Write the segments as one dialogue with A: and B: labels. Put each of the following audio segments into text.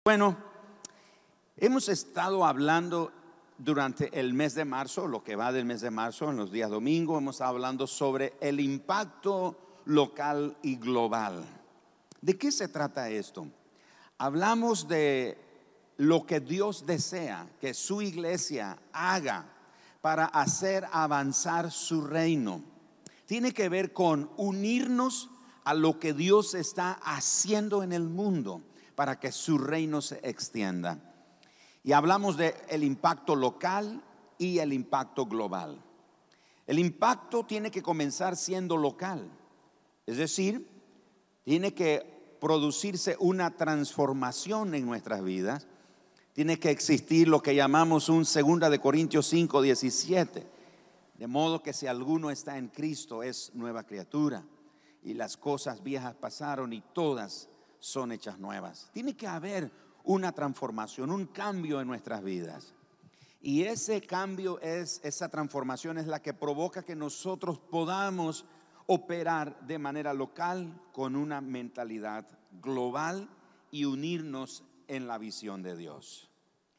A: Bueno, hemos estado hablando durante el mes de marzo, lo que va del mes de marzo, en los días domingos, hemos estado hablando sobre el impacto local y global. ¿De qué se trata esto? Hablamos de lo que Dios desea que su iglesia haga para hacer avanzar su reino. Tiene que ver con unirnos a lo que Dios está haciendo en el mundo para que su reino se extienda. Y hablamos del impacto local y el impacto global. El impacto tiene que comenzar siendo local, es decir, tiene que producirse una transformación en nuestras vidas. Tiene que existir lo que llamamos un 2 de Corintios 5:17, de modo que si alguno está en Cristo es nueva criatura, y las cosas viejas pasaron y todas son hechas nuevas. Tiene que haber una transformación, un cambio en nuestras vidas. Y ese cambio esa transformación es la que provoca que nosotros podamos operar de manera local con una mentalidad global y unirnos en la visión de Dios.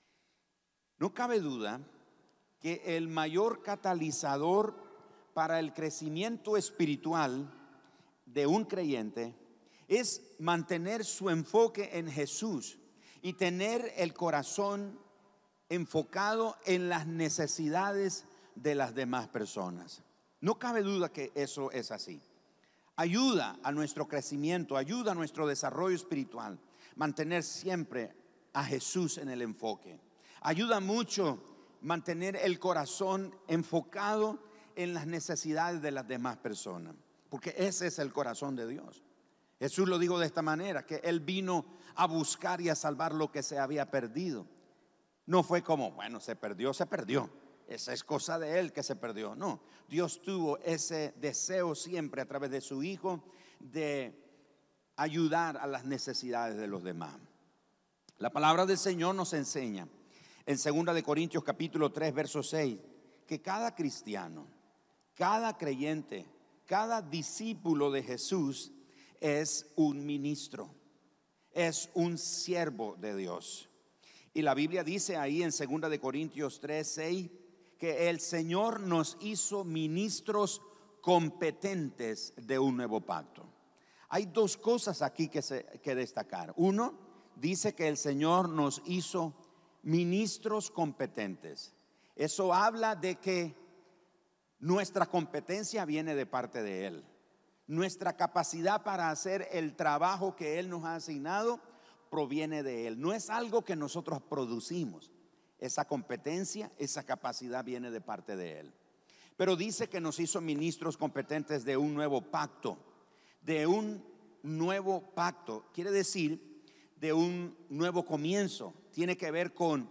A: No cabe duda que el mayor catalizador para el crecimiento espiritual de un creyente es mantener su enfoque en Jesús y tener el corazón enfocado en las necesidades de las demás personas. No cabe duda que eso es así. Ayuda a nuestro crecimiento, ayuda a nuestro desarrollo espiritual, mantener siempre a Jesús en el enfoque. Ayuda mucho mantener el corazón enfocado en las necesidades de las demás personas, porque ese es el corazón de Dios. Jesús lo dijo de esta manera, que Él vino a buscar y a salvar lo que se había perdido. No fue como, bueno, se perdió. Esa es cosa de Él que se perdió. No, Dios tuvo ese deseo siempre a través de su Hijo de ayudar a las necesidades de los demás. La palabra del Señor nos enseña en 2 de Corintios capítulo 3 verso 6 que cada cristiano, cada creyente, cada discípulo de Jesús es un ministro, es un siervo de Dios. Y la Biblia dice ahí en 2 de Corintios 3:6 que el Señor nos hizo ministros competentes de un nuevo pacto. Hay dos cosas aquí que destacar. Uno, dice que el Señor nos hizo ministros competentes. Eso habla de que nuestra competencia viene de parte de Él. Nuestra capacidad para hacer el trabajo que Él nos ha asignado proviene de Él. No es algo que nosotros producimos. Esa competencia, esa capacidad viene de parte de Él. Pero dice que nos hizo ministros competentes de un nuevo pacto. De un nuevo pacto quiere decir de un nuevo comienzo. Tiene que ver con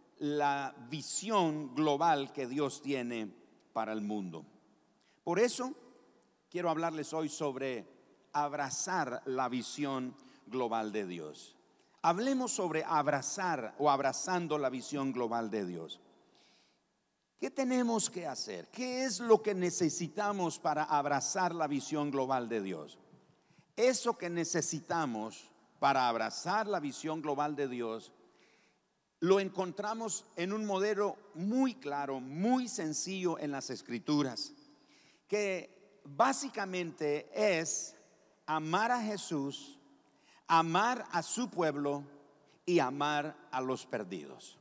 A: la visión global que Dios tiene para el mundo. Por eso quiero hablarles hoy sobre abrazar la visión global de Dios. Hablemos sobre abrazar o abrazando la visión global de Dios. ¿Qué tenemos que hacer? ¿Qué es lo que necesitamos para abrazar la visión global de Dios? Eso que necesitamos para abrazar la visión global de Dios lo encontramos en un modelo muy claro, muy sencillo en las Escrituras, que básicamente es amar a Jesús, amar a su pueblo y amar a los perdidos.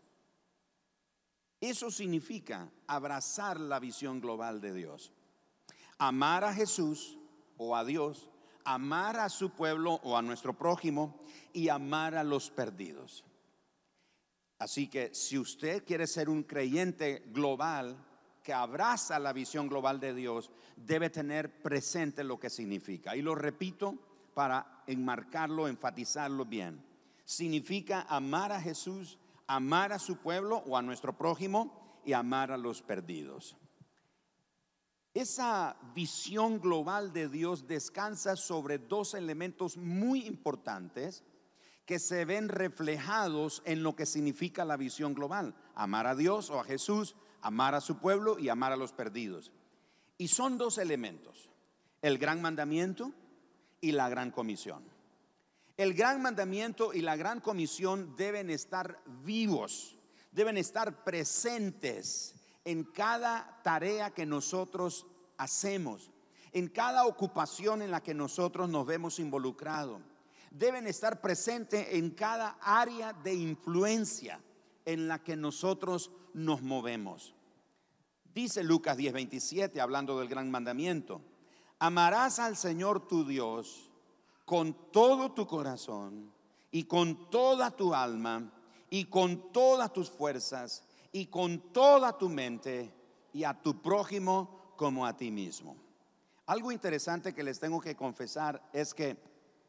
A: Eso significa abrazar la visión global de Dios. Amar a Jesús o a Dios, amar a su pueblo o a nuestro prójimo y amar a los perdidos. Así que si usted quiere ser un creyente global que abraza la visión global de Dios, debe tener presente lo que significa. Y lo repito para enmarcarlo, enfatizarlo bien. Significa amar a Jesús, amar a su pueblo o a nuestro prójimo y amar a los perdidos. Esa visión global de Dios descansa sobre dos elementos muy importantes que se ven reflejados en lo que significa la visión global: amar a Dios o a Jesús, amar a su pueblo y amar a los perdidos. Y son dos elementos: el gran mandamiento y la gran comisión. El gran mandamiento y la gran comisión deben estar vivos, deben estar presentes en cada tarea que nosotros hacemos, en cada ocupación en la que nosotros nos vemos involucrados. Deben estar presentes en cada área de influencia en la que nosotros nos movemos. Dice Lucas 10:27, hablando del gran mandamiento: amarás al Señor tu Dios con todo tu corazón y con toda tu alma y con todas tus fuerzas y con toda tu mente, y a tu prójimo como a ti mismo. Algo interesante que les tengo que confesar es que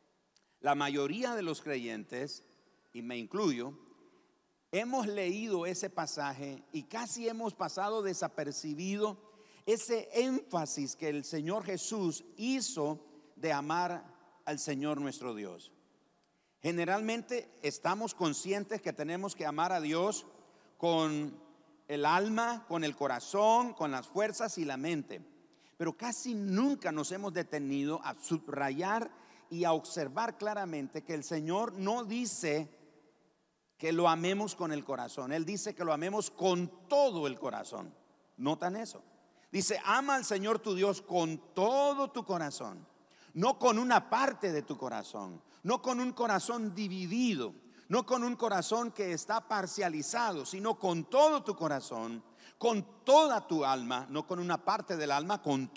A: la mayoría de los creyentes, y me incluyo, hemos leído ese pasaje y casi hemos pasado desapercibido ese énfasis que el Señor Jesús hizo de amar al Señor nuestro Dios. Generalmente estamos conscientes que tenemos que amar a Dios con el alma, con el corazón, con las fuerzas y la mente, pero casi nunca nos hemos detenido a subrayar y a observar claramente que el Señor no dice que lo amemos con el corazón. Él dice que lo amemos con todo el corazón. ¿Notan eso? Dice: ama al Señor tu Dios con todo tu corazón, no con una parte de tu corazón, no con un corazón dividido, no con un corazón que está parcializado, sino con todo tu corazón, con toda tu alma, no con una parte del alma, con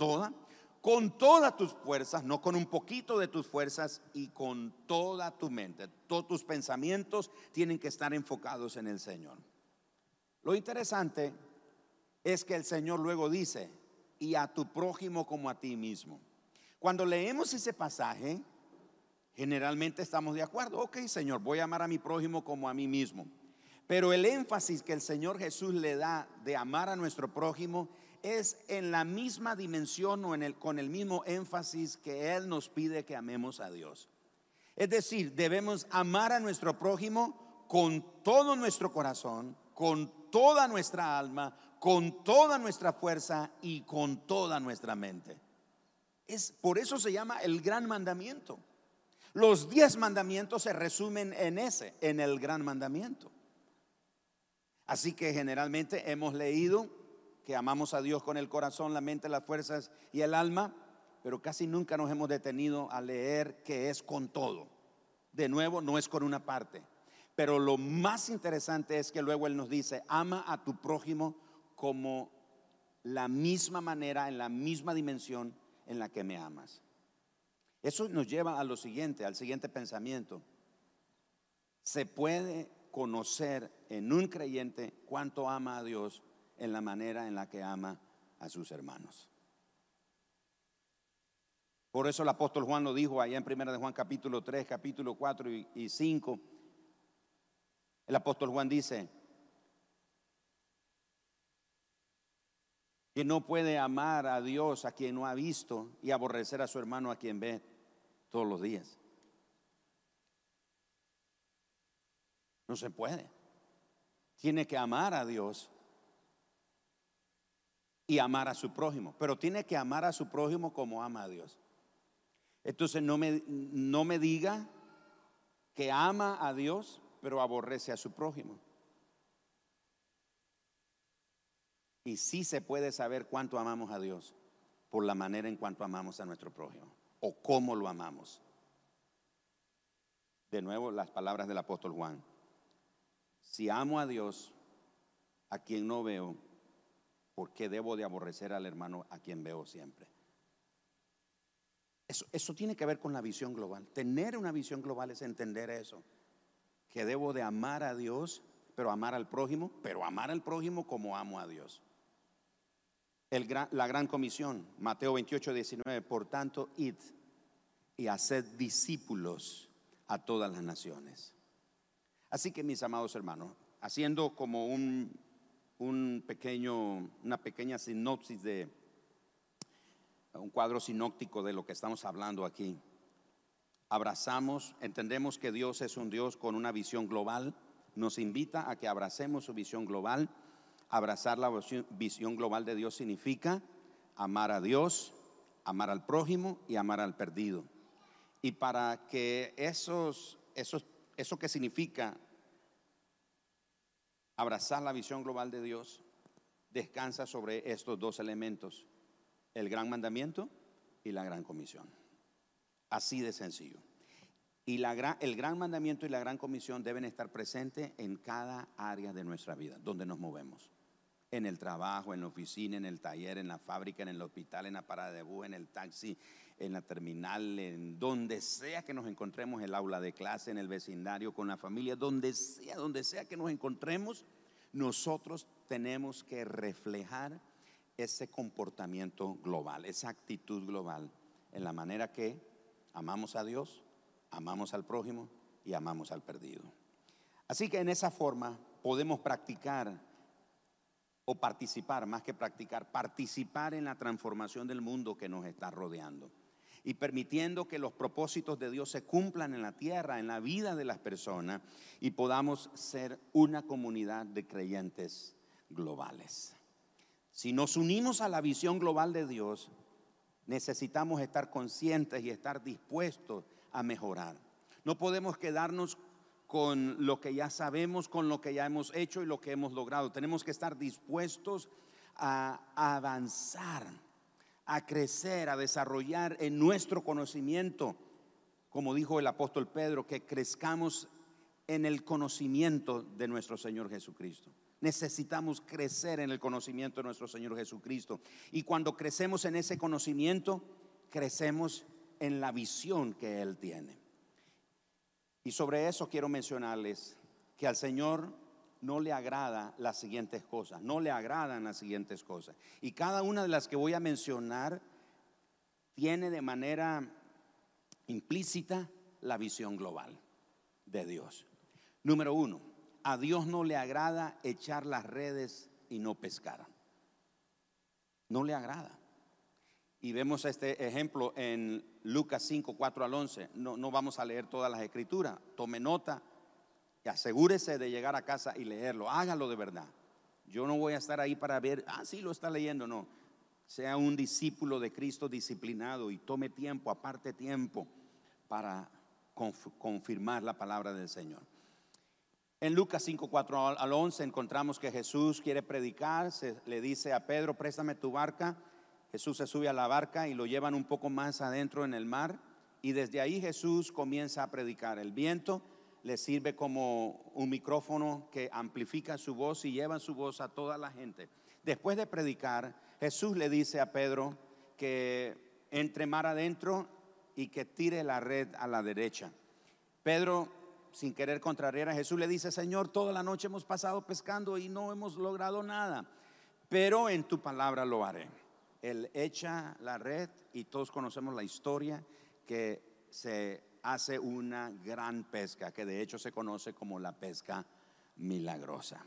A: todas tus fuerzas, no con un poquito de tus fuerzas, y con toda tu mente. Todos tus pensamientos tienen que estar enfocados en el Señor. Lo interesante es que el Señor luego dice: y a tu prójimo como a ti mismo. Cuando leemos ese pasaje, generalmente estamos de acuerdo. Ok, Señor, voy a amar a mi prójimo como a mí mismo. Pero el énfasis que el Señor Jesús le da de amar a nuestro prójimo es en la misma dimensión o con el mismo énfasis que Él nos pide que amemos a Dios. Es decir, debemos amar a nuestro prójimo con todo nuestro corazón, con toda nuestra alma, con toda nuestra fuerza y con toda nuestra mente. Por eso se llama el gran mandamiento. Los 10 mandamientos se resumen en el gran mandamiento. Así que generalmente hemos leído que amamos a Dios con el corazón, la mente, las fuerzas y el alma, pero casi nunca nos hemos detenido a leer que es con todo. De nuevo, no es con una parte. Pero lo más interesante es que luego Él nos dice: ama a tu prójimo como la misma manera, en la misma dimensión en la que me amas. Eso nos lleva a lo siguiente, al siguiente pensamiento. Se puede conocer en un creyente cuánto ama a Dios en la manera en la que ama a sus hermanos. Por eso el apóstol Juan lo dijo allá en 1 de Juan capítulo 3, capítulo 4 y 5. El apóstol Juan dice que no puede amar a Dios a quien no ha visto y aborrecer a su hermano a quien ve todos los días. No se puede. Tiene que amar a Dios y amar a su prójimo, pero tiene que amar a su prójimo como ama a Dios. Entonces no me diga que ama a Dios pero aborrece a su prójimo. Y sí se puede saber cuánto amamos a Dios por la manera en cuanto amamos a nuestro prójimo o cómo lo amamos. De nuevo las palabras del apóstol Juan: si amo a Dios a quien no veo, ¿por qué debo de aborrecer al hermano a quien veo siempre? Eso tiene que ver con la visión global. Tener una visión global es entender eso, que debo de amar a Dios, pero amar al prójimo como amo a Dios. La gran comisión, Mateo 28:19: por tanto, id y haced discípulos a todas las naciones. Así que, mis amados hermanos, haciendo como una pequeña sinopsis de un cuadro sinóptico de lo que estamos hablando aquí. Entendemos que Dios es un Dios con una visión global. Nos invita a que abracemos su visión global. Abrazar la visión global de Dios significa amar a Dios, amar al prójimo y amar al perdido. Y para que eso que significa abrazar la visión global de Dios, descansa sobre estos dos elementos: el gran mandamiento y la gran comisión. Así de sencillo. Y el gran mandamiento y la gran comisión deben estar presentes en cada área de nuestra vida, donde nos movemos. En el trabajo, en la oficina, en el taller, en la fábrica, en el hospital, en la parada de bus, en el taxi, en la terminal, en donde sea que nos encontremos, en el aula de clase, en el vecindario, con la familia, donde sea que nos encontremos, nosotros tenemos que reflejar ese comportamiento global, esa actitud global, en la manera que amamos a Dios, amamos al prójimo y amamos al perdido. Así que en esa forma podemos practicar o participar, más que practicar, participar en la transformación del mundo que nos está rodeando y permitiendo que los propósitos de Dios se cumplan en la tierra, en la vida de las personas, y podamos ser una comunidad de creyentes globales. Si nos unimos a la visión global de Dios, necesitamos estar conscientes y estar dispuestos a mejorar. No podemos quedarnos con lo que ya sabemos, con lo que ya hemos hecho y lo que hemos logrado. Tenemos que estar dispuestos a avanzar, a crecer, a desarrollar en nuestro conocimiento. Como dijo el apóstol Pedro, que crezcamos en el conocimiento de nuestro Señor Jesucristo. Necesitamos crecer en el conocimiento de nuestro Señor Jesucristo. Y cuando crecemos en ese conocimiento, crecemos en la visión que Él tiene. Y sobre eso quiero mencionarles que al Señor no le agrada las siguientes cosas, no le agradan las siguientes cosas. Y cada una de las que voy a mencionar tiene de manera implícita la visión global de Dios. Número 1, a Dios no le agrada echar las redes y no pescar. No le agrada. Y vemos este ejemplo en Lucas 5, 4 al 11. No vamos a leer todas las escrituras. Tome nota y asegúrese de llegar a casa y leerlo. Hágalo de verdad. Yo no voy a estar ahí para ver, sí lo está leyendo. No, sea un discípulo de Cristo disciplinado y tome tiempo, aparte tiempo para confirmar la palabra del Señor. En Lucas 5, 4 al 11 encontramos que Jesús quiere predicar. Le dice a Pedro: préstame tu barca. Jesús se sube a la barca y lo llevan un poco más adentro en el mar, y desde ahí Jesús comienza a predicar. El viento le sirve como un micrófono que amplifica su voz y lleva su voz a toda la gente. Después de predicar, Jesús le dice a Pedro que entre mar adentro y que tire la red a la derecha. Pedro, sin querer contrariar a Jesús, le dice: Señor, toda la noche hemos pasado pescando y no hemos logrado nada, pero en tu palabra lo haré. Él echa la red y todos conocemos la historia, que se hace una gran pesca, que de hecho se conoce como la pesca milagrosa.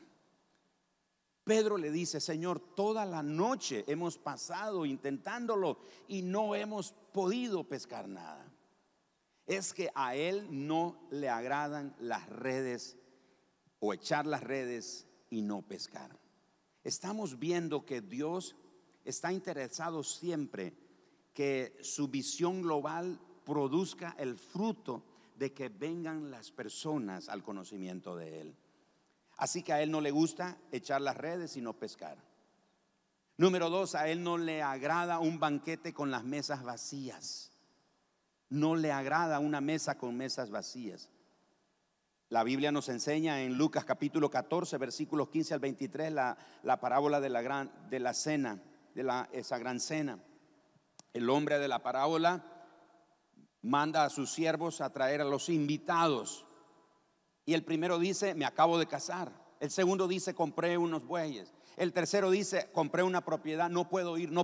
A: Pedro le dice: Señor, toda la noche hemos pasado intentándolo y no hemos podido pescar nada. Es que a él no le agradan las redes, o echar las redes y no pescar. Estamos viendo que Dios está interesado siempre que su visión global produzca el fruto de que vengan las personas al conocimiento de Él. Así que a Él no le gusta echar las redes y no pescar. Número 2, a Él no le agrada un banquete con las mesas vacías. No le agrada una mesa con mesas vacías. La Biblia nos enseña en Lucas capítulo 14, versículos 15 al 23, la parábola de la cena, esa gran cena. El hombre de la parábola manda a sus siervos a traer a los invitados. Y el primero dice: me acabo de casar. El segundo dice: compré unos bueyes. El tercero dice: compré una propiedad, no puedo ir.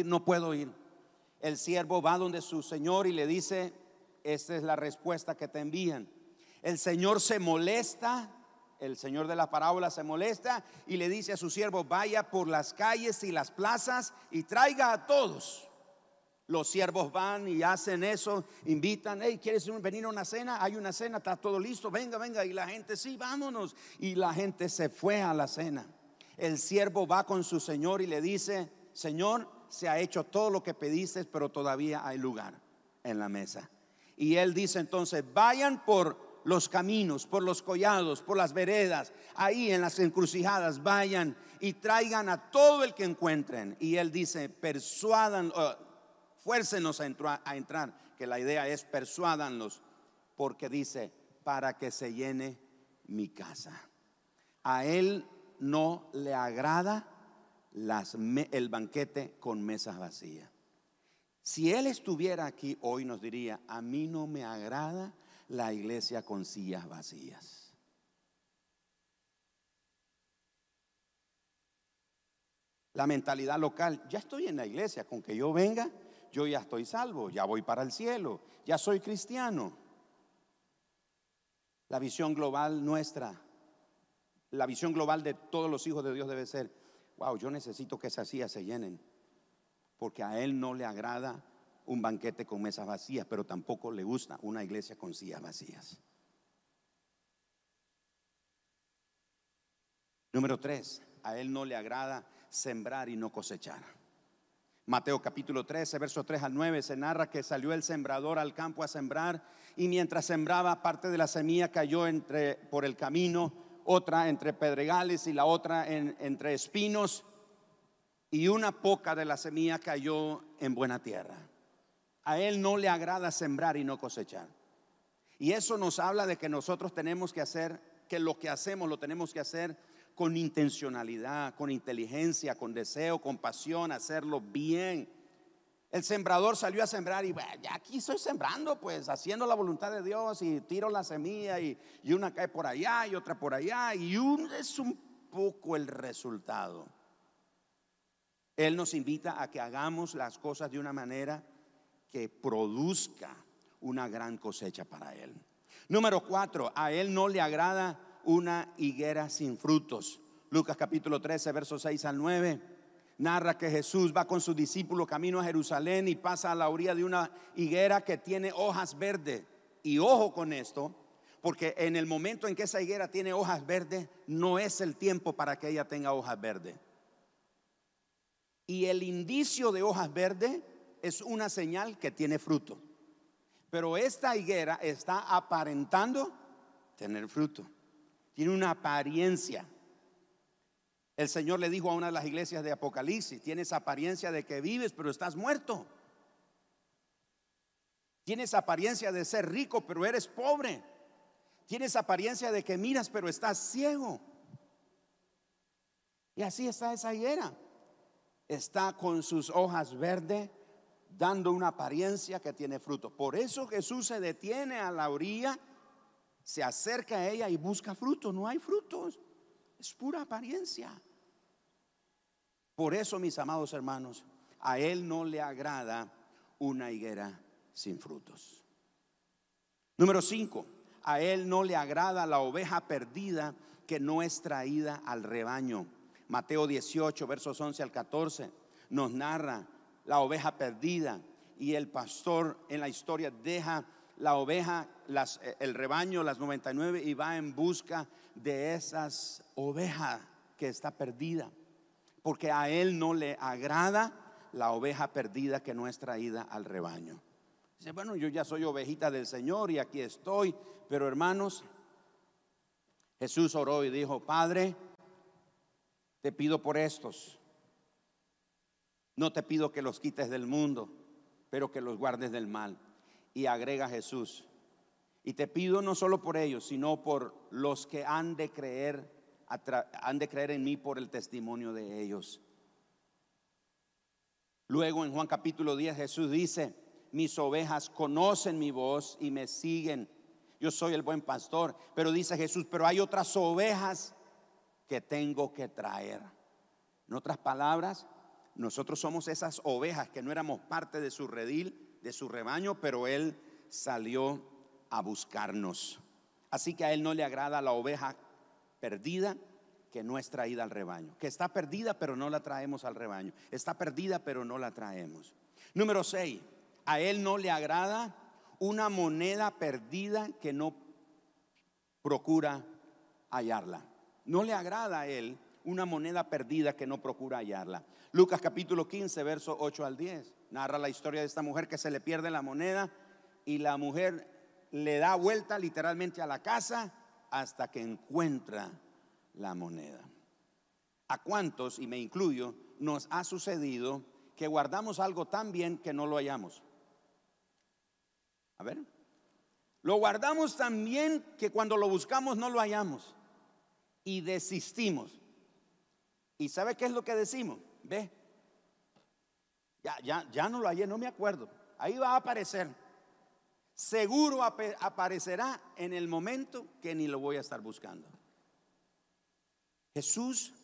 A: El siervo va donde su señor y le dice: esta es la respuesta que te envían. El señor se molesta, el señor de la parábola se molesta y le dice a su siervo: vaya por las calles y las plazas y traiga a todos. Los siervos van y hacen eso, invitan: hey, ¿quieres venir a una cena? Hay una cena, está todo listo, venga. Y la gente: sí, vámonos. Y la gente se fue a la cena. El siervo va con su señor y le dice: Señor, se ha hecho todo lo que pediste, pero todavía hay lugar en la mesa. Y él dice entonces: vayan por los caminos, por los collados, por las veredas, ahí en las encrucijadas, vayan y traigan a todo el que encuentren. Y él dice: persuadan, fuércenos a entrar, que la idea es persuádanlos, porque dice: para que se llene mi casa. A él no le agrada el banquete con mesas vacías. Si él estuviera aquí hoy, nos diría: a mí no me agrada la iglesia con sillas vacías. La mentalidad local: ya estoy en la iglesia, con que yo venga, yo ya estoy salvo, ya voy para el cielo, ya soy cristiano. La visión global nuestra, la visión global de todos los hijos de Dios debe ser: wow, yo necesito que esas sillas se llenen, porque a él no le agrada un banquete con mesas vacías, pero tampoco le gusta una iglesia con sillas vacías. Número 3, a él no le agrada sembrar y no cosechar. Mateo capítulo 13, versos 3 al 9, se narra que salió el sembrador al campo a sembrar, y mientras sembraba, parte de la semilla cayó por el camino, otra entre pedregales y la otra entre espinos, y una poca de la semilla cayó en buena tierra. A él no le agrada sembrar y no cosechar. Y eso nos habla de que nosotros tenemos que hacer, que lo que hacemos lo tenemos que hacer con intencionalidad, con inteligencia, con deseo, con pasión, hacerlo bien. El sembrador salió a sembrar y bueno, ya aquí estoy sembrando, pues haciendo la voluntad de Dios, y tiro la semilla y una cae por allá y otra por allá, y es un poco el resultado. Él nos invita a que hagamos las cosas de una manera que produzca una gran cosecha para él. Número 4, a él no le agrada una higuera sin frutos. Lucas capítulo 13, versos 6 al 9, narra que Jesús va con sus discípulos camino a Jerusalén y pasa a la orilla de una higuera que tiene hojas verdes. Y ojo con esto, porque en el momento en que esa higuera tiene hojas verdes, no es el tiempo para que ella tenga hojas verdes. Y el indicio de hojas verdes es una señal que tiene fruto. Pero esta higuera está aparentando tener fruto. Tiene una apariencia. El Señor le dijo a una de las iglesias de Apocalipsis: tienes apariencia de que vives, pero estás muerto. Tienes apariencia de ser rico, pero eres pobre. Tienes apariencia de que miras, pero estás ciego. Y así está esa higuera. Está con sus hojas verdes, dando una apariencia que tiene fruto. Por eso Jesús se detiene a la orilla, se acerca a ella y busca frutos. No hay frutos, es pura apariencia. Por eso, mis amados hermanos, a él no le agrada una higuera sin frutos. Número 5, a él no le agrada la oveja perdida que no es traída al rebaño. Mateo 18, versos 11 al 14, nos narra la oveja perdida, y el pastor en la historia deja la oveja, el rebaño, las 99, y va en busca de esas ovejas que está perdida, porque a él no le agrada la oveja perdida que no es traída al rebaño. Dice: bueno, yo ya soy ovejita del Señor y aquí estoy. Pero hermanos, Jesús oró y dijo: Padre, te pido por estos. No te pido que los quites del mundo, pero que los guardes del mal. Y agrega Jesús: y te pido no solo por ellos, sino por los que han de creer en mí por el testimonio de ellos. Luego en Juan capítulo 10 Jesús dice: mis ovejas conocen mi voz y me siguen. Yo soy el buen pastor. Pero dice Jesús: pero hay otras ovejas que tengo que traer. En otras palabras, nosotros somos esas ovejas que no éramos parte de su redil, de su rebaño, pero él salió a buscarnos. Así que a él no le agrada la oveja perdida que no es traída al rebaño, que está perdida pero no la traemos al rebaño, está perdida pero no la traemos. Número 6, a él no le agrada una moneda perdida que no procura hallarla. No le agrada a él una moneda perdida que no procura hallarla. Lucas capítulo 15, versos 8 al 10, narra la historia de esta mujer que se le pierde la moneda y la mujer le da vuelta literalmente a la casa hasta que encuentra la moneda. ¿A cuántos, y me incluyo, nos ha sucedido que guardamos algo tan bien que no lo hallamos? A ver, lo guardamos tan bien que cuando lo buscamos no lo hallamos y desistimos. ¿Y sabe qué es lo que decimos? Ve, ya no lo hallé, no me acuerdo. Ahí va a aparecer. Seguro aparecerá en el momento que ni lo voy a estar buscando. Jesús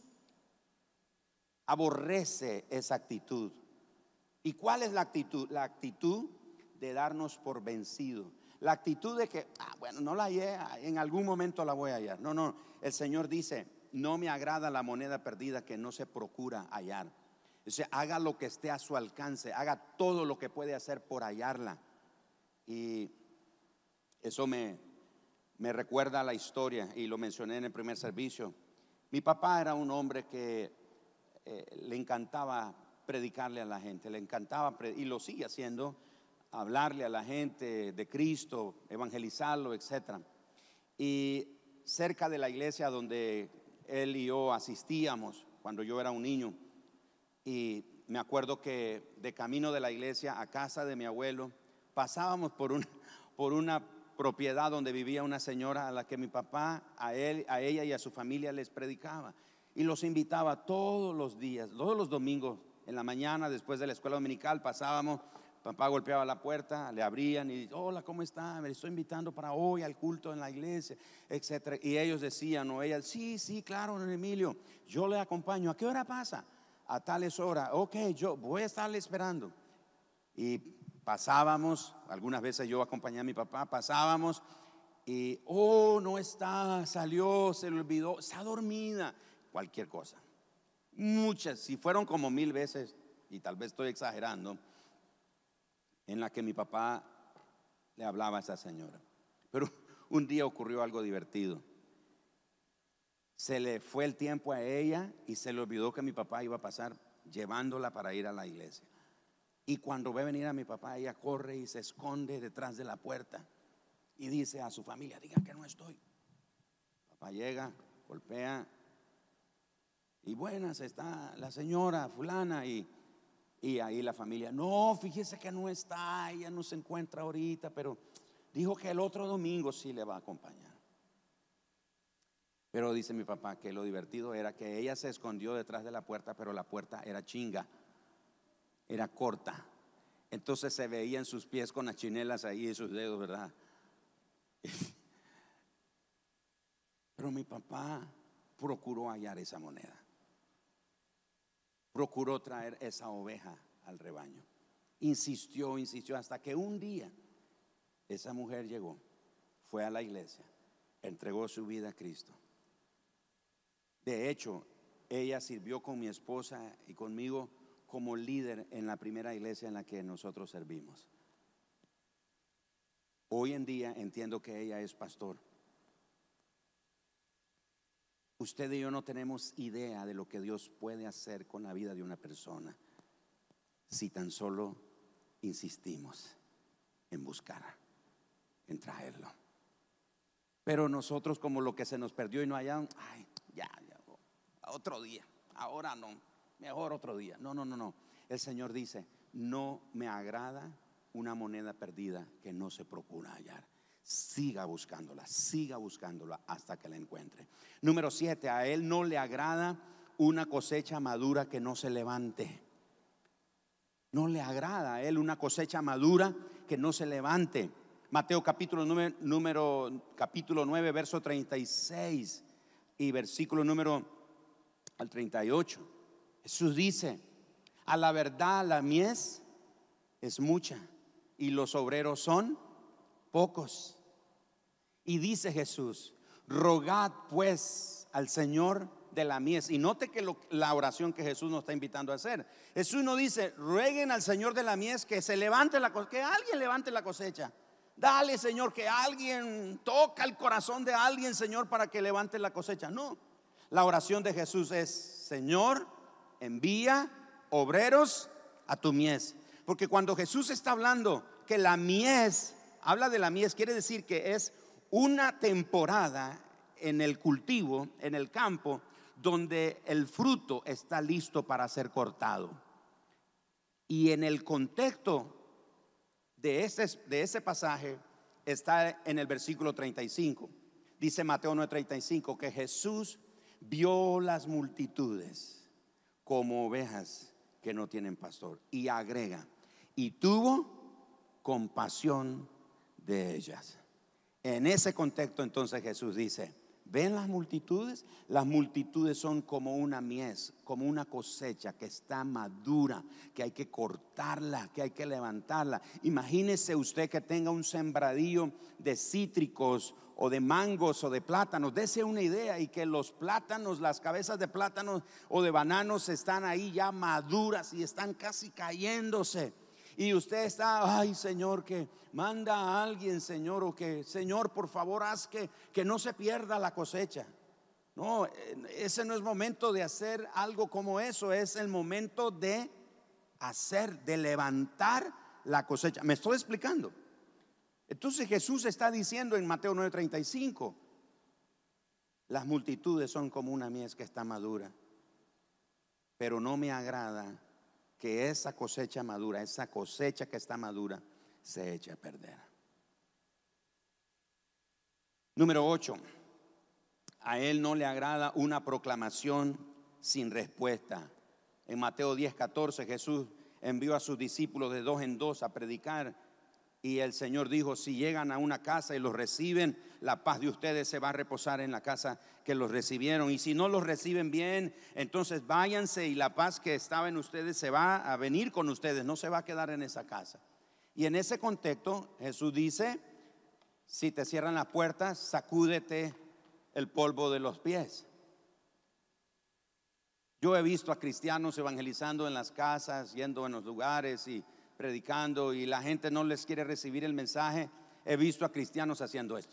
A: aborrece esa actitud. ¿Y cuál es la actitud? La actitud de darnos por vencido. La actitud de que, bueno, no la hallé, en algún momento la voy a hallar. No, el Señor dice, no me agrada la moneda perdida que no se procura hallar. O sea, haga lo que esté a su alcance, haga todo lo que puede hacer por hallarla. Y eso me recuerda a la historia, y lo mencioné en el primer servicio. Mi papá era un hombre que le encantaba predicarle a la gente, le encantaba, y lo sigue haciendo, hablarle a la gente de Cristo, evangelizarlo, etc. Y cerca de la iglesia donde él y yo asistíamos cuando yo era un niño, y me acuerdo que de camino de la iglesia a casa de mi abuelo pasábamos por una propiedad donde vivía una señora a la que mi papá, a ella y a su familia les predicaba, y los invitaba todos los días, todos los domingos en la mañana después de la escuela dominical. Pasábamos, papá golpeaba la puerta, le abrían y hola, ¿cómo está? Me estoy invitando para hoy al culto en la iglesia, etcétera. Y ellos decían, o ella, sí, claro, don Emilio, yo le acompaño. ¿A qué hora pasa? A tales horas. Ok, yo voy a estarle esperando. Y pasábamos, algunas veces yo acompañé a mi papá, pasábamos y no está, salió, se le olvidó, está dormida, cualquier cosa. Muchas, si fueron como 1000 veces, y tal vez estoy exagerando, en la que mi papá le hablaba a esa señora. Pero un día ocurrió algo divertido. Se le fue el tiempo a ella y se le olvidó que mi papá iba a pasar llevándola para ir a la iglesia. Y cuando ve venir a mi papá, ella corre y se esconde detrás de la puerta y dice a su familia, digan que no estoy. Papá llega, golpea y buenas, está la señora fulana, y ahí la familia, no, fíjese que no está, ella no se encuentra ahorita, pero dijo que el otro domingo sí le va a acompañar. Pero dice mi papá que lo divertido era que ella se escondió detrás de la puerta, pero la puerta era chinga, era corta. Entonces se veían sus pies con las chinelas ahí y sus dedos, ¿verdad? Pero mi papá procuró hallar esa moneda, procuró traer esa oveja al rebaño. Insistió hasta que un día esa mujer llegó, fue a la iglesia, entregó su vida a Cristo. De hecho, ella sirvió con mi esposa y conmigo como líder en la primera iglesia en la que nosotros servimos. Hoy en día entiendo que ella es pastor. Usted y yo no tenemos idea de lo que Dios puede hacer con la vida de una persona si tan solo insistimos en buscar, en traerlo. Pero nosotros, como lo que se nos perdió y no hallaron, ya, otro día, ahora no, mejor otro día. No. El Señor dice, no me agrada una moneda perdida que no se procura hallar. Siga buscándola hasta que la encuentre. Número 7, a Él no le agrada una cosecha madura que no se levante. No le agrada a Él una cosecha madura que no se levante. Mateo capítulo 9, verso 36 y versículo número al 38. Jesús dice, a la verdad la mies es mucha y los obreros son pocos. Y dice Jesús, rogad pues al Señor de la mies. Y note que la oración que Jesús nos está invitando a hacer. Jesús no dice, rueguen al Señor de la mies que se levante que alguien levante la cosecha. Dale, Señor, que alguien toca el corazón de alguien, Señor, para que levante la cosecha. No, la oración de Jesús es, Señor, envía obreros a tu mies. Porque cuando Jesús está hablando que la mies habla de la mies, quiere decir que es una temporada en el cultivo, en el campo, donde el fruto está listo para ser cortado. Y en el contexto de ese pasaje está en el versículo 35. Dice Mateo 9:35 que Jesús vio las multitudes como ovejas que no tienen pastor. Y agrega, y tuvo compasión de ellas. En ese contexto entonces Jesús dice, ¿ven las multitudes? Las multitudes son como una mies, como una cosecha que está madura, que hay que cortarla, que hay que levantarla. Imagínese usted que tenga un sembradío de cítricos o de mangos o de plátanos. Dese una idea, y que los plátanos, las cabezas de plátanos o de bananos están ahí ya maduras y están casi cayéndose. Y usted está, ay Señor, que manda a alguien, Señor, o que Señor, por favor, haz que no se pierda la cosecha. No, ese no es momento de hacer algo como eso. Es el momento de hacer, de levantar la cosecha. ¿Me estoy explicando? Entonces Jesús está diciendo en Mateo 9:35, las multitudes son como una mies que está madura, pero no me agrada que esa cosecha madura, esa cosecha que está madura, se eche a perder. Número 8, a él no le agrada una proclamación sin respuesta. En Mateo 10:14 Jesús envió a sus discípulos de 2 en 2 a predicar, y el Señor dijo, si llegan a una casa y los reciben, la paz de ustedes se va a reposar en la casa que los recibieron. Y si no los reciben bien, entonces váyanse, y la paz que estaba en ustedes se va a venir con ustedes, no se va a quedar en esa casa. Y en ese contexto Jesús dice, si te cierran las puertas, sacúdete el polvo de los pies. Yo he visto a cristianos evangelizando en las casas, yendo en los lugares y predicando, y la gente no les quiere recibir el mensaje. He visto a cristianos haciendo esto.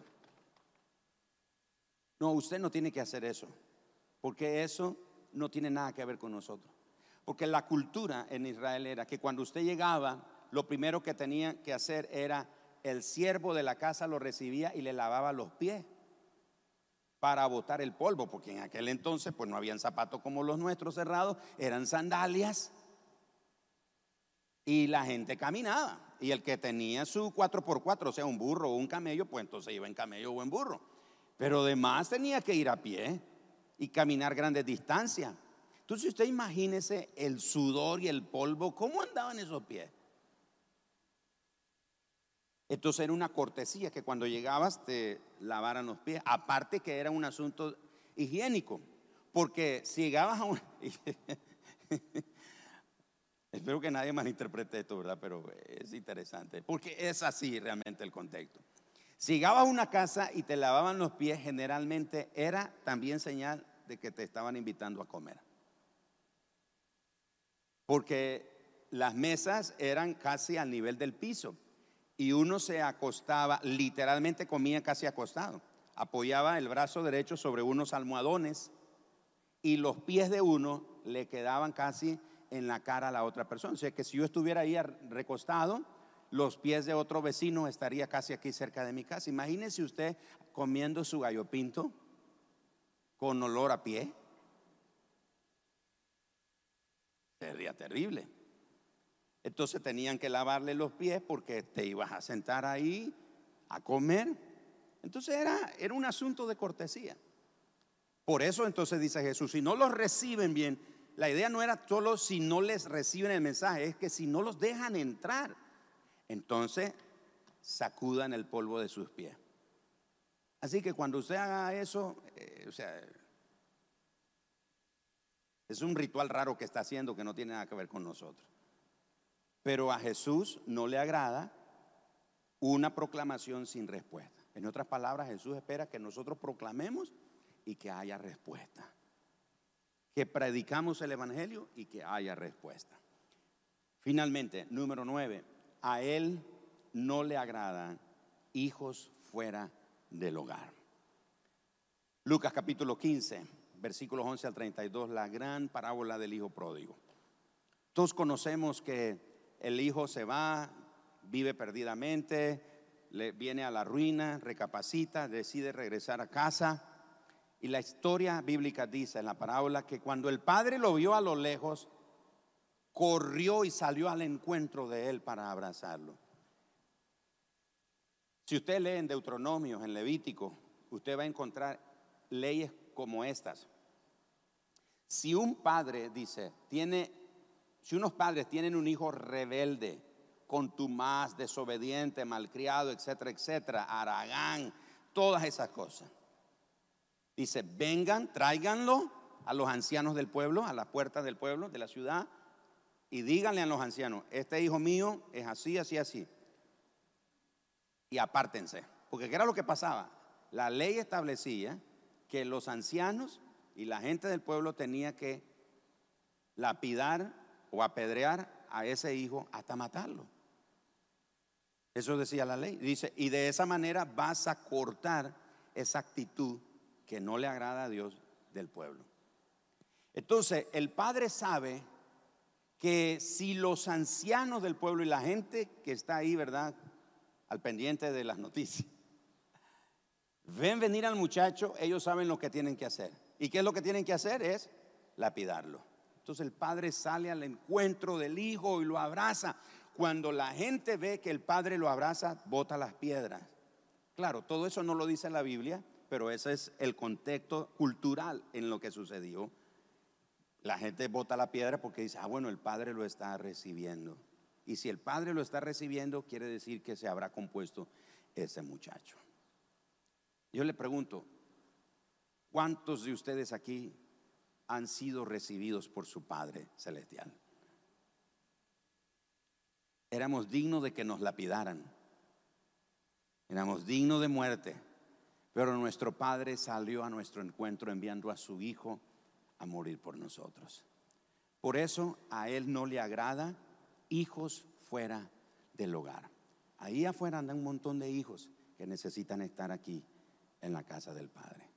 A: No, usted no tiene que hacer eso, porque eso no tiene nada que ver con nosotros. Porque la cultura en Israel era que cuando usted llegaba, lo primero que tenía que hacer era, el siervo de la casa lo recibía y le lavaba los pies para botar el polvo, porque en aquel entonces pues no habían zapatos como los nuestros cerrados, eran sandalias. Y la gente caminaba, y el que tenía su 4x4, o sea un burro o un camello, pues entonces iba en camello o en burro. Pero además tenía que ir a pie y caminar grandes distancias. Entonces usted imagínese el sudor y el polvo, ¿cómo andaban esos pies? Entonces era una cortesía que cuando llegabas te lavaran los pies. Aparte que era un asunto higiénico, porque si llegabas a un espero que nadie malinterprete esto, ¿verdad? Pero es interesante, porque es así realmente el contexto. Si llegabas a una casa y te lavaban los pies, generalmente era también señal de que te estaban invitando a comer, porque las mesas eran casi al nivel del piso, y uno se acostaba, literalmente comía casi acostado, apoyaba el brazo derecho sobre unos almohadones, y los pies de uno le quedaban casi en la cara a la otra persona. O sea que si yo estuviera ahí recostado, los pies de otro vecino estaría casi aquí cerca de mi casa. Imagínese usted comiendo su gallo pinto con olor a pie. Sería terrible. Entonces tenían que lavarle los pies porque te ibas a sentar ahí a comer. Entonces era un asunto de cortesía. Por eso entonces dice Jesús, si no los reciben bien, la idea no era solo si no les reciben el mensaje, es que si no los dejan entrar, entonces sacudan el polvo de sus pies. Así que cuando usted haga eso, o sea, es un ritual raro que está haciendo que no tiene nada que ver con nosotros. Pero a Jesús no le agrada una proclamación sin respuesta. En otras palabras, Jesús espera que nosotros proclamemos y que haya respuesta, que predicamos el evangelio y que haya respuesta. Finalmente, número 9, a él no le agradan hijos fuera del hogar. Lucas capítulo 15, versículos 11 al 32, la gran parábola del hijo pródigo. Todos conocemos que el hijo se va, vive perdidamente, le viene a la ruina, recapacita, decide regresar a casa. Y la historia bíblica dice en la parábola que cuando el padre lo vio a lo lejos, corrió y salió al encuentro de él para abrazarlo. Si usted lee en Deuteronomio, en Levítico, usted va a encontrar leyes como estas. Si un padre, dice, si unos padres tienen un hijo rebelde, contumaz, desobediente, malcriado, etcétera, etcétera, haragán, todas esas cosas, dice, vengan, tráiganlo a los ancianos del pueblo, a las puertas del pueblo, de la ciudad, y díganle a los ancianos, este hijo mío es así, así, así, y apártense. Porque ¿qué era lo que pasaba? La ley establecía que los ancianos y la gente del pueblo tenía que lapidar o apedrear a ese hijo hasta matarlo. Eso decía la ley. Dice, y de esa manera vas a cortar esa actitud que no le agrada a Dios del pueblo. Entonces, el padre sabe que si los ancianos del pueblo y la gente que está ahí, ¿verdad?, al pendiente de las noticias, ven venir al muchacho, ellos saben lo que tienen que hacer. ¿Y qué es lo que tienen que hacer? Es lapidarlo. Entonces el padre sale al encuentro del hijo y lo abraza. Cuando la gente ve que el padre lo abraza, bota las piedras. Claro, todo eso no lo dice la Biblia, pero ese es el contexto cultural en lo que sucedió. La gente bota la piedra porque dice, bueno, el padre lo está recibiendo. Y si el padre lo está recibiendo, quiere decir que se habrá compuesto ese muchacho. Yo le pregunto, ¿cuántos de ustedes aquí han sido recibidos por su Padre Celestial? Éramos dignos de que nos lapidaran, éramos dignos de muerte, pero nuestro Padre salió a nuestro encuentro enviando a su Hijo a morir por nosotros. Por eso a Él no le agrada hijos fuera del hogar. Ahí afuera andan un montón de hijos que necesitan estar aquí en la casa del Padre.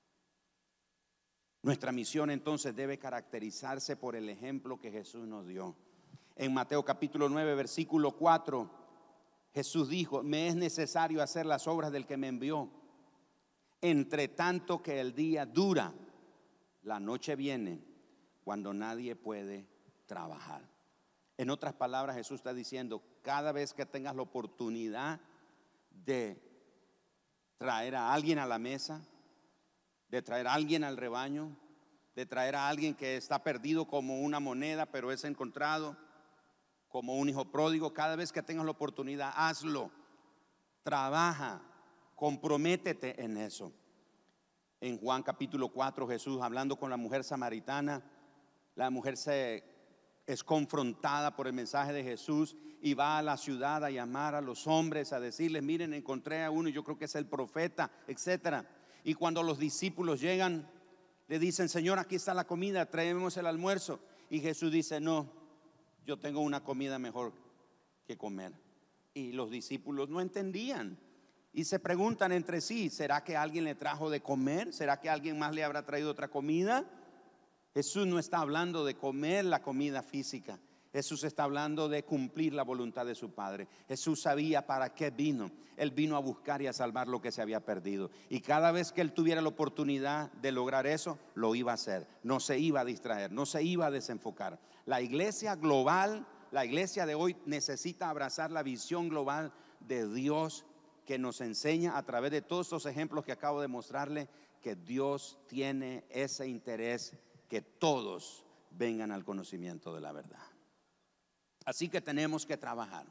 A: Nuestra misión entonces debe caracterizarse por el ejemplo que Jesús nos dio. En Mateo capítulo 9 versículo 4, Jesús dijo, me es necesario hacer las obras del que me envió, entre tanto que el día dura, la noche viene cuando nadie puede trabajar. En otras palabras, Jesús está diciendo, cada vez que tengas la oportunidad de traer a alguien a la mesa, de traer a alguien al rebaño, de traer a alguien que está perdido como una moneda, pero es encontrado como un hijo pródigo, cada vez que tengas la oportunidad, hazlo, trabaja, comprométete en eso. En Juan capítulo 4, Jesús hablando con la mujer samaritana, la mujer es confrontada por el mensaje de Jesús y va a la ciudad a llamar a los hombres, a decirles, miren, encontré a uno y yo creo que es el profeta, etcétera. Y cuando los discípulos llegan, le dicen, Señor, aquí está la comida, traemos el almuerzo. Y Jesús dice, no, yo tengo una comida mejor que comer. Y los discípulos no entendían y se preguntan entre sí, ¿será que alguien le trajo de comer? ¿Será que alguien más le habrá traído otra comida? Jesús no está hablando de comer la comida física. Jesús está hablando de cumplir la voluntad de su Padre. Jesús sabía para qué vino. Él vino a buscar y a salvar lo que se había perdido. Y cada vez que él tuviera la oportunidad de lograr eso, lo iba a hacer. No se iba a distraer, no se iba a desenfocar. La iglesia global, la iglesia de hoy necesita abrazar la visión global de Dios, que nos enseña a través de todos estos ejemplos que acabo de mostrarle, que Dios tiene ese interés que todos vengan al conocimiento de la verdad. Así que tenemos que trabajar.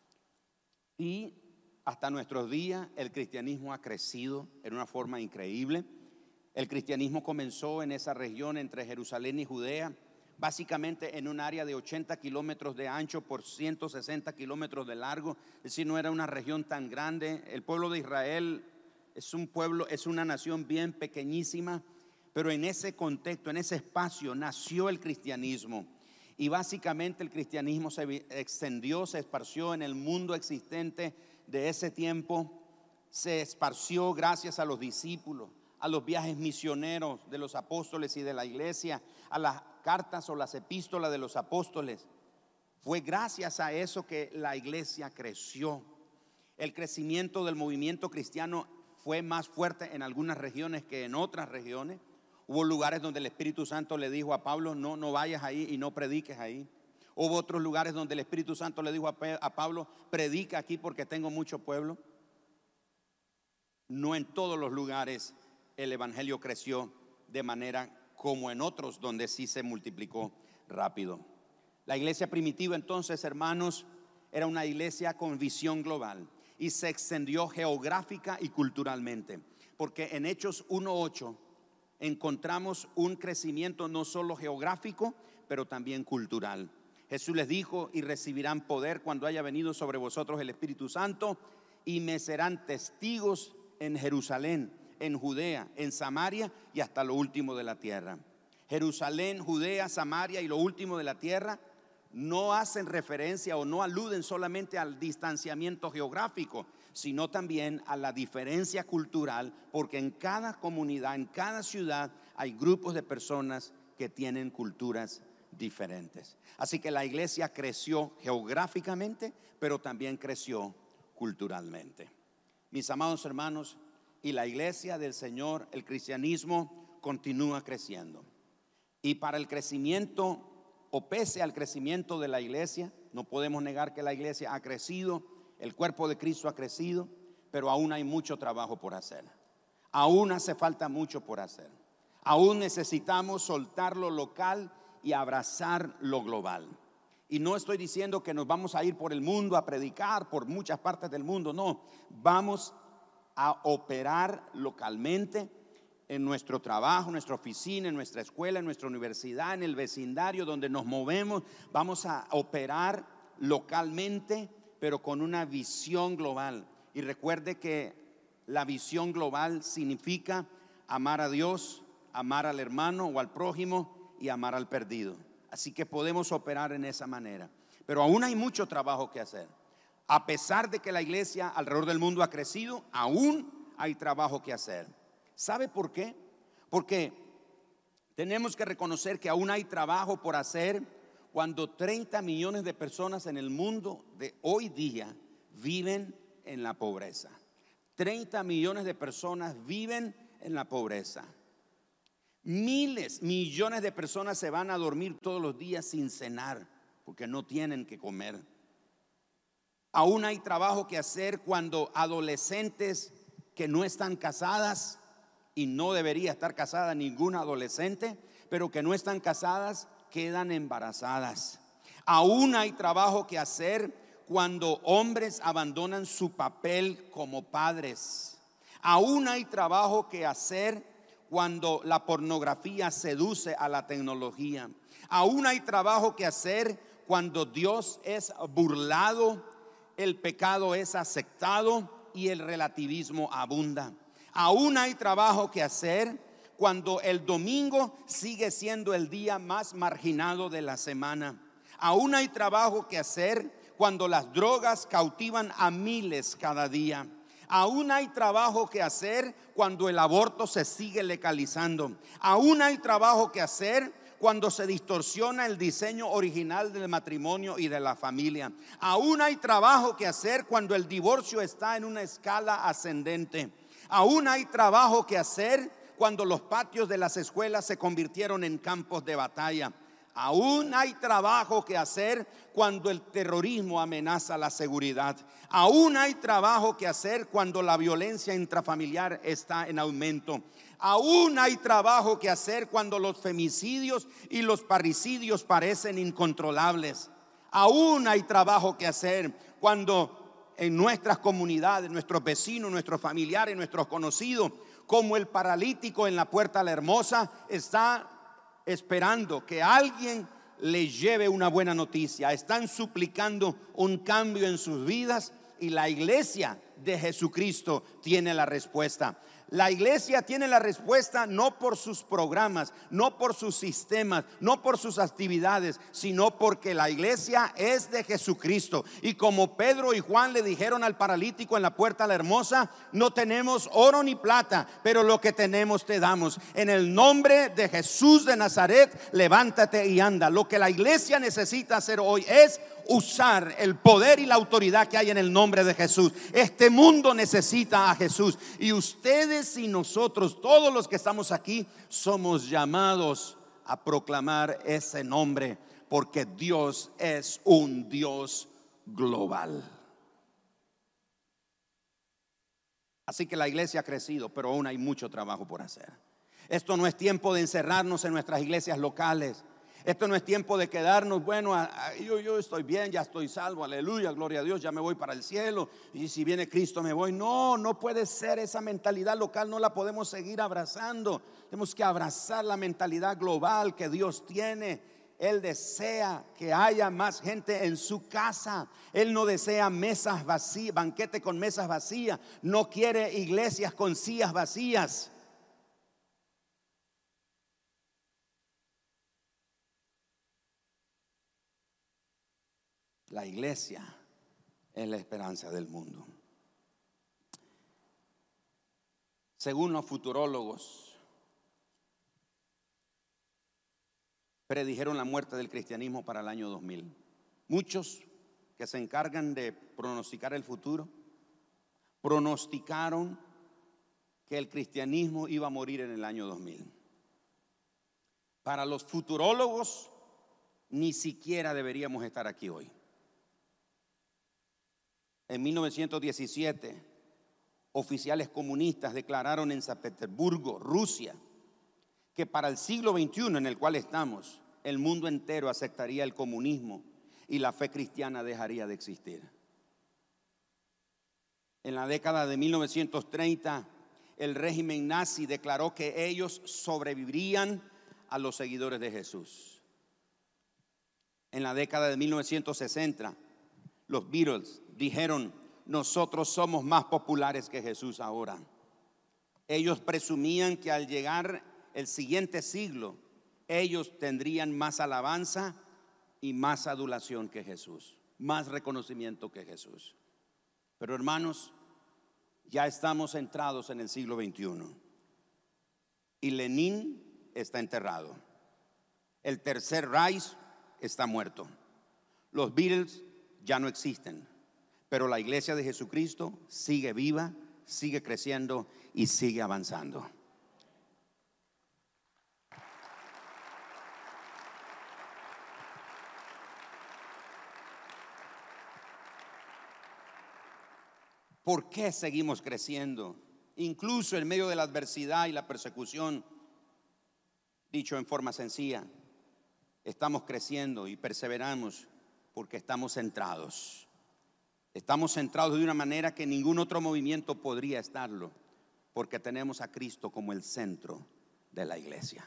A: Y hasta nuestros días el cristianismo ha crecido en una forma increíble. El cristianismo comenzó en esa región entre Jerusalén y Judea, básicamente en un área de 80 kilómetros de ancho por 160 kilómetros de largo. Es decir, no era una región tan grande. El pueblo de Israel es un pueblo, es una nación bien pequeñísima, pero en ese contexto, en ese espacio nació el cristianismo. Y básicamente el cristianismo se extendió, se esparció en el mundo existente de ese tiempo. Se esparció gracias a los discípulos, a los viajes misioneros de los apóstoles y de la iglesia, a las cartas o las epístolas de los apóstoles. Fue gracias a eso que la iglesia creció. El crecimiento del movimiento cristiano fue más fuerte en algunas regiones que en otras regiones. Hubo lugares donde el Espíritu Santo le dijo a Pablo, no vayas ahí y no prediques ahí. Hubo otros lugares donde el Espíritu Santo le dijo a Pablo, predica aquí porque tengo mucho pueblo. No en todos los lugares el evangelio creció de manera como en otros donde sí se multiplicó rápido. La iglesia primitiva entonces, hermanos, era una iglesia con visión global y se extendió geográfica y culturalmente, porque en Hechos 1:8 encontramos un crecimiento no solo geográfico, pero también cultural. Jesús les dijo: y recibirán poder cuando haya venido sobre vosotros el Espíritu Santo, y me serán testigos en Jerusalén, en Judea, en Samaria y hasta lo último de la tierra. Jerusalén, Judea, Samaria y lo último de la tierra no hacen referencia o no aluden solamente al distanciamiento geográfico, sino también a la diferencia cultural, porque en cada comunidad, en cada ciudad hay grupos de personas que tienen culturas diferentes. Así que la iglesia creció geográficamente, pero también creció culturalmente. Mis amados hermanos, y la iglesia del Señor, el cristianismo, continúa creciendo. Y para el crecimiento, o pese al crecimiento de la iglesia, no podemos negar que la iglesia ha crecido, el cuerpo de Cristo ha crecido, pero aún hay mucho trabajo por hacer. Aún hace falta mucho por hacer. Aún necesitamos soltar lo local y abrazar lo global. Y no estoy diciendo que nos vamos a ir por el mundo a predicar por muchas partes del mundo, no. Vamos a operar localmente en nuestro trabajo, en nuestra oficina, en nuestra escuela, en nuestra universidad, en el vecindario donde nos movemos. Vamos a operar localmente, pero con una visión global. Y recuerde que la visión global significa amar a Dios, amar al hermano o al prójimo y amar al perdido. Así que podemos operar en esa manera. Pero aún hay mucho trabajo que hacer. A pesar de que la iglesia alrededor del mundo ha crecido, aún hay trabajo que hacer. ¿Sabe por qué? Porque tenemos que reconocer que aún hay trabajo por hacer cuando 30 millones de personas en el mundo de hoy día viven en la pobreza. 30 millones de personas viven en la pobreza. Miles, millones de personas se van a dormir todos los días sin cenar porque no tienen que comer. Aún hay trabajo que hacer cuando adolescentes que no están casadas, y no debería estar casada ninguna adolescente, pero que no están casadas, quedan embarazadas. Aún hay trabajo que hacer cuando hombres abandonan su papel como padres. Aún hay trabajo que hacer cuando la pornografía seduce a la tecnología. Aún hay trabajo que hacer cuando Dios es burlado, el pecado es aceptado y el relativismo abunda. Aún hay trabajo que hacer cuando el domingo sigue siendo el día más marginado de la semana. Aún hay trabajo que hacer cuando las drogas cautivan a miles cada día. Aún hay trabajo que hacer cuando el aborto se sigue legalizando. Aún hay trabajo que hacer cuando se distorsiona el diseño original del matrimonio y de la familia. Aún hay trabajo que hacer cuando el divorcio está en una escala ascendente. Aún hay trabajo que hacer cuando los patios de las escuelas se convirtieron en campos de batalla. Aún hay trabajo que hacer cuando el terrorismo amenaza la seguridad. Aún hay trabajo que hacer cuando la violencia intrafamiliar está en aumento. Aún hay trabajo que hacer cuando los femicidios y los parricidios parecen incontrolables. Aún hay trabajo que hacer cuando en nuestras comunidades, nuestros vecinos, nuestros familiares, nuestros conocidos, como el paralítico en la Puerta La Hermosa, está esperando que alguien le lleve una buena noticia. Están suplicando un cambio en sus vidas y la iglesia de Jesucristo tiene la respuesta. La iglesia tiene la respuesta no por sus programas, no por sus sistemas, no por sus actividades, sino porque la iglesia es de Jesucristo. Y como Pedro y Juan le dijeron al paralítico en la Puerta La Hermosa: no tenemos oro ni plata, pero lo que tenemos te damos. En el nombre de Jesús de Nazaret, levántate y anda. Lo que la iglesia necesita hacer hoy es usar el poder y la autoridad que hay en el nombre de Jesús. Este mundo necesita a Jesús, y ustedes y nosotros, todos los que estamos aquí, somos llamados a proclamar ese nombre, porque Dios es un Dios global. Así que la iglesia ha crecido, pero aún hay mucho trabajo por hacer. Esto no es tiempo de encerrarnos en nuestras iglesias locales. Esto no es tiempo de quedarnos, bueno, yo estoy bien, ya estoy salvo, aleluya, gloria a Dios, ya me voy para el cielo, y si viene Cristo me voy. No, no puede ser. Esa mentalidad local no la podemos seguir abrazando. Tenemos que abrazar la mentalidad global que Dios tiene. Él desea que haya más gente en su casa. Él no desea mesas vacías, banquete con mesas vacías. No quiere iglesias con sillas vacías. La iglesia es la esperanza del mundo. Según los futurólogos, predijeron la muerte del cristianismo para el año 2000. Muchos que se encargan de pronosticar el futuro pronosticaron que el cristianismo iba a morir en el año 2000. Para los futurólogos, ni siquiera deberíamos estar aquí hoy. En 1917, oficiales comunistas declararon en San Petersburgo, Rusia, que para el siglo XXI en el cual estamos, el mundo entero aceptaría el comunismo y la fe cristiana dejaría de existir. En la década de 1930, el régimen nazi declaró que ellos sobrevivirían a los seguidores de Jesús. En la década de 1960, los Beatles dijeron: nosotros somos más populares que Jesús ahora. Ellos presumían que al llegar el siguiente siglo, ellos tendrían más alabanza y más adulación que Jesús, más reconocimiento que Jesús. Pero hermanos, ya estamos entrados en el siglo XXI y Lenin está enterrado. El Tercer Reich está muerto. Los Beatles ya no existen, pero la iglesia de Jesucristo sigue viva, sigue creciendo y sigue avanzando. ¿Por qué seguimos creciendo? Incluso en medio de la adversidad y la persecución. Dicho en forma sencilla, estamos creciendo y perseveramos porque estamos centrados. Estamos centrados de una manera que ningún otro movimiento podría estarlo, porque tenemos a Cristo como el centro de la iglesia.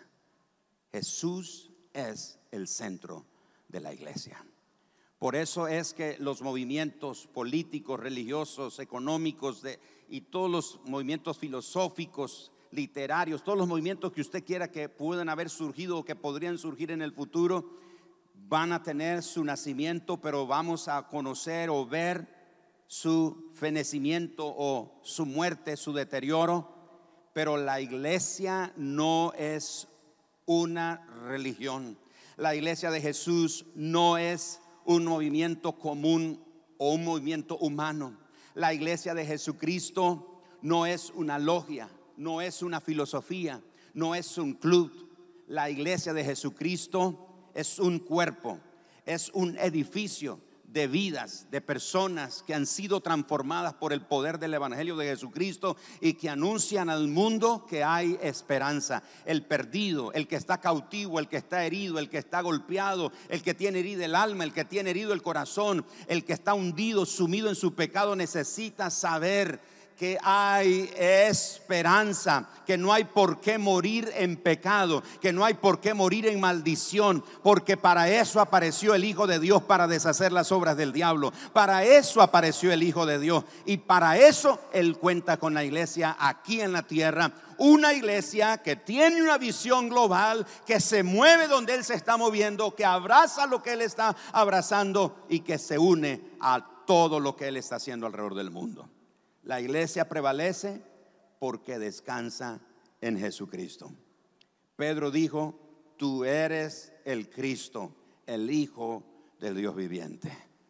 A: Jesús es el centro de la iglesia. Por eso es que los movimientos políticos, religiosos, económicos y todos los movimientos filosóficos, literarios, todos los movimientos que usted quiera que puedan haber surgido o que podrían surgir en el futuro, van a tener su nacimiento, pero vamos a conocer o ver su fenecimiento o su muerte, su deterioro. Pero la iglesia no es una religión. La iglesia de Jesús no es un movimiento común o un movimiento humano. La iglesia de Jesucristo no es una logia, no es una filosofía, no es un club. La iglesia de Jesucristo es un cuerpo, es un edificio de vidas, de personas que han sido transformadas por el poder del evangelio de Jesucristo y que anuncian al mundo que hay esperanza. El perdido, el que está cautivo, el que está herido, el que está golpeado, el que tiene herida el alma, el que tiene herido el corazón, el que está hundido, sumido en su pecado, necesita saber que hay esperanza, que no hay por qué morir en pecado, que no hay por qué morir en maldición, porque para eso apareció el Hijo de Dios, para deshacer las obras del diablo. Para eso apareció el Hijo de Dios, y para eso Él cuenta con la iglesia aquí en la tierra. Una iglesia que tiene una visión global, que se mueve donde Él se está moviendo, que abraza lo que Él está abrazando y que se une a todo lo que Él está haciendo alrededor del mundo. La iglesia prevalece porque descansa en Jesucristo. Pedro dijo: tú eres el Cristo, el Hijo del Dios viviente.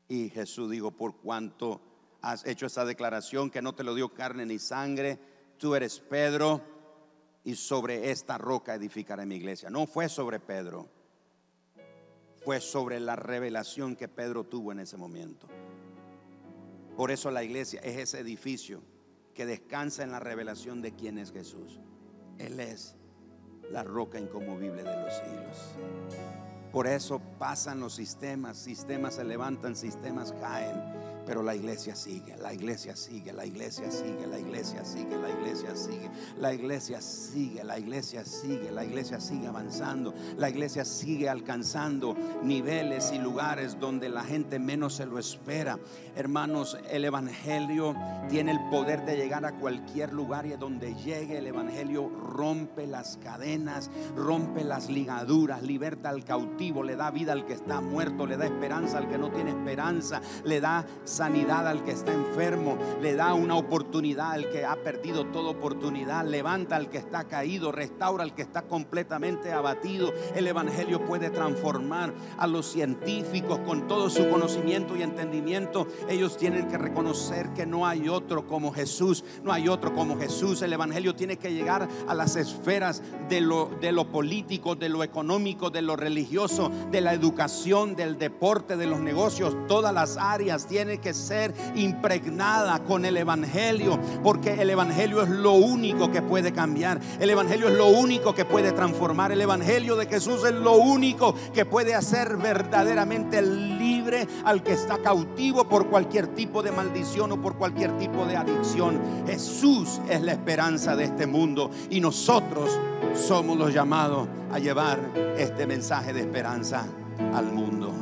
A: Y Jesús dijo: por cuanto has hecho esa declaración que no te lo dio carne ni sangre, tú eres Pedro, y sobre esta roca edificaré mi iglesia. No fue sobre Pedro, fue sobre la revelación que Pedro tuvo en ese momento. Por eso la iglesia es ese edificio que descansa en la revelación de quién es Jesús. Él es la roca inconmovible de los siglos. Por eso pasan los sistemas se levantan, sistemas caen, pero la iglesia sigue, la iglesia sigue, la iglesia sigue, la iglesia sigue, la iglesia sigue, la iglesia sigue, la iglesia sigue, la iglesia sigue avanzando, la iglesia sigue alcanzando niveles y lugares donde la gente menos se lo espera. Hermanos, el evangelio tiene el poder de llegar a cualquier lugar, y donde llegue el evangelio rompe las cadenas, rompe las ligaduras, liberta al cautivo, le da vida al que está muerto, le da esperanza al que no tiene esperanza, le da sanidad al que está enfermo, le da una oportunidad al que ha perdido toda oportunidad, levanta al que está caído, restaura al que está completamente abatido. El evangelio puede transformar a los científicos con todo su conocimiento y entendimiento. Ellos tienen que reconocer que no hay otro como Jesús, no hay otro como Jesús. El evangelio tiene que llegar a las esferas de lo político, de lo económico, de lo religioso, de la educación, del deporte, de los negocios. Todas las áreas tienen que ser impregnada con el evangelio, porque el evangelio es lo único que puede cambiar, el evangelio es lo único que puede transformar, el evangelio de Jesús es lo único que puede hacer verdaderamente libre al que está cautivo por cualquier tipo de maldición o por cualquier tipo de adicción. Jesús es la esperanza de este mundo, y nosotros somos los llamados a llevar este mensaje de esperanza al mundo.